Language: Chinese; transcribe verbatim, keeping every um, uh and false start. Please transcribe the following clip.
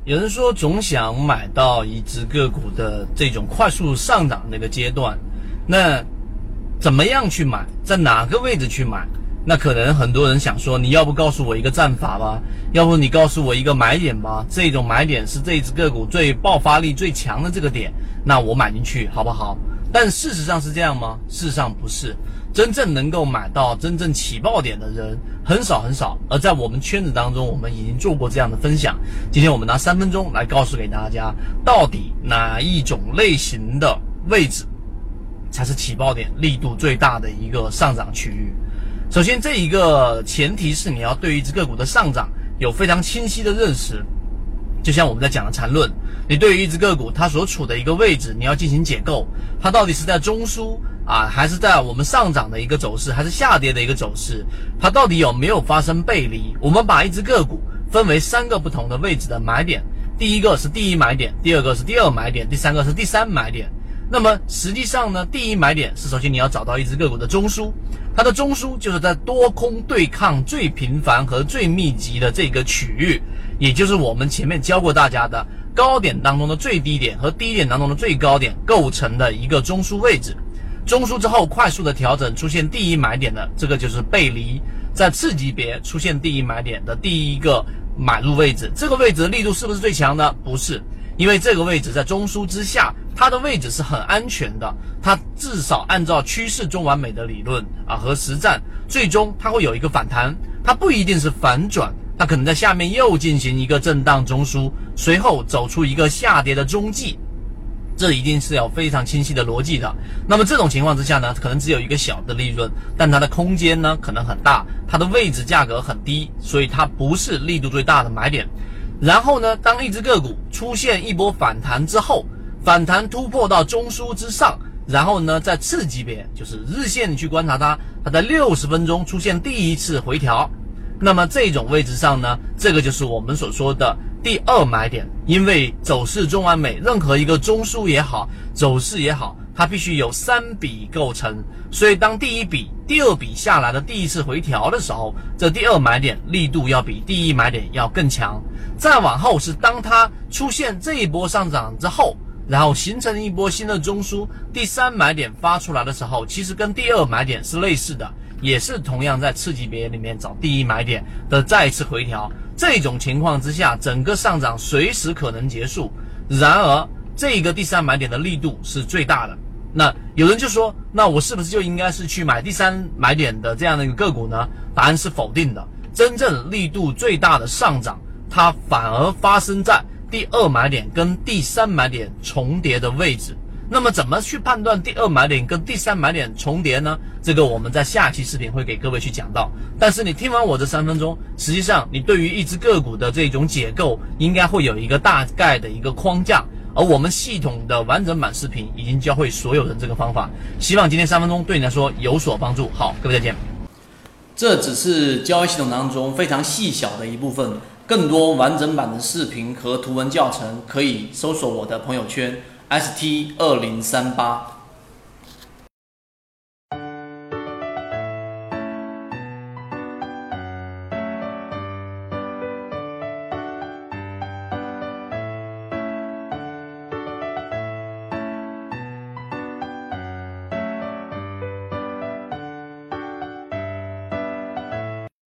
有人说总想买到一只个股的这种快速上涨的一个阶段，那怎么样去买，在哪个位置去买？那可能很多人想说，你要不告诉我一个战法吧，要不你告诉我一个买点吧，这种买点是这只个股最爆发力最强的这个点，那我买进去好不好？但事实上是这样吗？事实上不是，真正能够买到真正起爆点的人很少很少，而在我们圈子当中，我们已经做过这样的分享。今天我们拿三分钟来告诉给大家，到底哪一种类型的位置才是起爆点力度最大的一个上涨区域。首先，这一个前提是你要对于一只个股的上涨有非常清晰的认识。就像我们在讲的缠论，你对于一只个股它所处的一个位置，你要进行解构，它到底是在中枢啊，还是在我们上涨的一个走势，还是下跌的一个走势，它到底有没有发生背离？我们把一只个股分为三个不同的位置的买点，第一个是第一买点，第二个是第二买点，第三个是第三买点。那么实际上呢，第一买点是首先你要找到一只个股的中枢，它的中枢就是在多空对抗最频繁和最密集的这个区域，也就是我们前面教过大家的高点当中的最低点和低点当中的最高点构成的一个中枢位置。中枢之后快速的调整出现第一买点的，这个就是背离，在次级别出现第一买点的第一个买入位置，这个位置的力度是不是最强呢？不是，因为这个位置在中枢之下，它的位置是很安全的，它至少按照趋势中完美的理论啊和实战，最终它会有一个反弹，它不一定是反转，它可能在下面又进行一个震荡中枢，随后走出一个下跌的中继，这一定是有非常清晰的逻辑的。那么这种情况之下呢，可能只有一个小的利润，但它的空间呢可能很大，它的位置价格很低，所以它不是力度最大的买点。然后呢，当一只个股出现一波反弹之后，反弹突破到中枢之上，然后呢在次级别就是日线你去观察它，它在六十分钟出现第一次回调，那么这种位置上呢，这个就是我们所说的第二买点。因为走势中完美，任何一个中枢也好，走势也好，它必须有三笔构成，所以当第一笔第二笔下来的第一次回调的时候，这第二买点力度要比第一买点要更强。再往后是当它出现这一波上涨之后，然后形成一波新的中枢，第三买点发出来的时候，其实跟第二买点是类似的，也是同样在次级别里面找第一买点的再一次回调。这种情况之下，整个上涨随时可能结束，然而这个第三买点的力度是最大的。那有人就说，那我是不是就应该是去买第三买点的这样的一个个股呢？答案是否定的。真正力度最大的上涨，它反而发生在第二买点跟第三买点重叠的位置。那么怎么去判断第二买点跟第三买点重叠呢？这个我们在下期视频会给各位去讲到。但是你听完我这三分钟，实际上你对于一只个股的这种解构应该会有一个大概的一个框架，而我们系统的完整版视频已经教会所有人这个方法。希望今天三分钟对你来说有所帮助。好，各位再见。这只是交易系统当中非常细小的一部分，更多完整版的视频和图文教程可以搜索我的朋友圈 S T 二零三八。